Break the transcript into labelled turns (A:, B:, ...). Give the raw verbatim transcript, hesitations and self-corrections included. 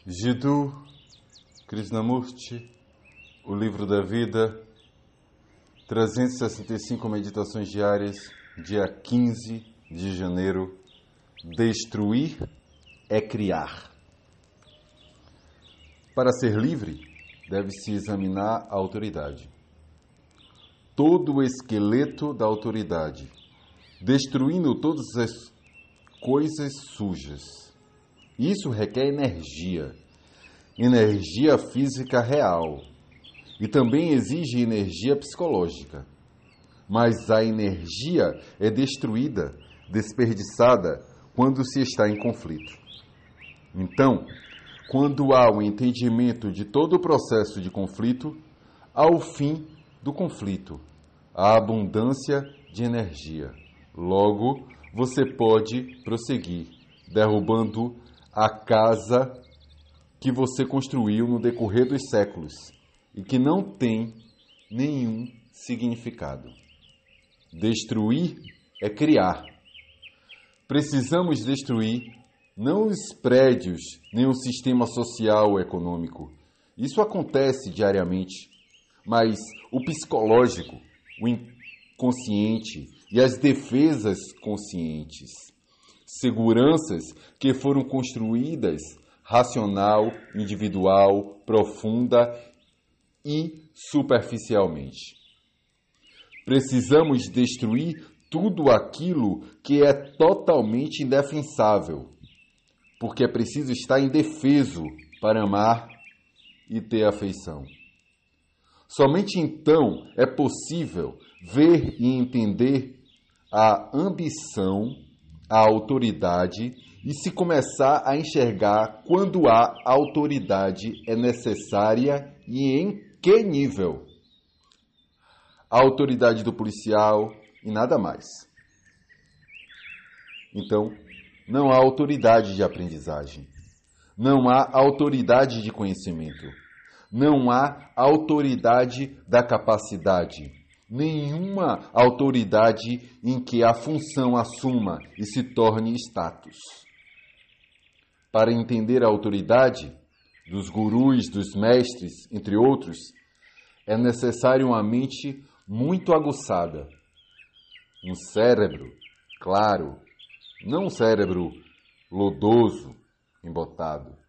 A: Jiddu Krishnamurti, O Livro da Vida, trezentas e sessenta e cinco meditações diárias, dia quinze de janeiro. Destruir é criar. Para ser livre, deve-se examinar a autoridade. Todo o esqueleto da autoridade, destruindo todas as coisas sujas. Isso requer energia, energia física real, e também exige energia psicológica. Mas a energia é destruída, desperdiçada, quando se está em conflito. Então, quando há o entendimento de todo o processo de conflito, há o fim do conflito, a abundância de energia. Logo, você pode prosseguir, derrubando a casa que você construiu no decorrer dos séculos e que não tem nenhum significado. Destruir é criar. Precisamos destruir não os prédios, nem o sistema social ou econômico. Isso acontece diariamente, mas o psicológico, o inconsciente e as defesas conscientes. Seguranças que foram construídas racional, individual, profunda e superficialmente. Precisamos destruir tudo aquilo que é totalmente indefensável, porque é preciso estar indefeso para amar e ter afeição. Somente então é possível ver e entender a ambição, a autoridade e se começar a enxergar quando a autoridade é necessária e em que nível. A autoridade do policial e nada mais. Então, não há autoridade de aprendizagem. Não há autoridade de conhecimento. Não há autoridade da capacidade. Nenhuma autoridade em que a função assuma e se torne status. Para entender a autoridade dos gurus, dos mestres, entre outros, é necessário uma mente muito aguçada, um cérebro claro, não um cérebro lodoso, embotado.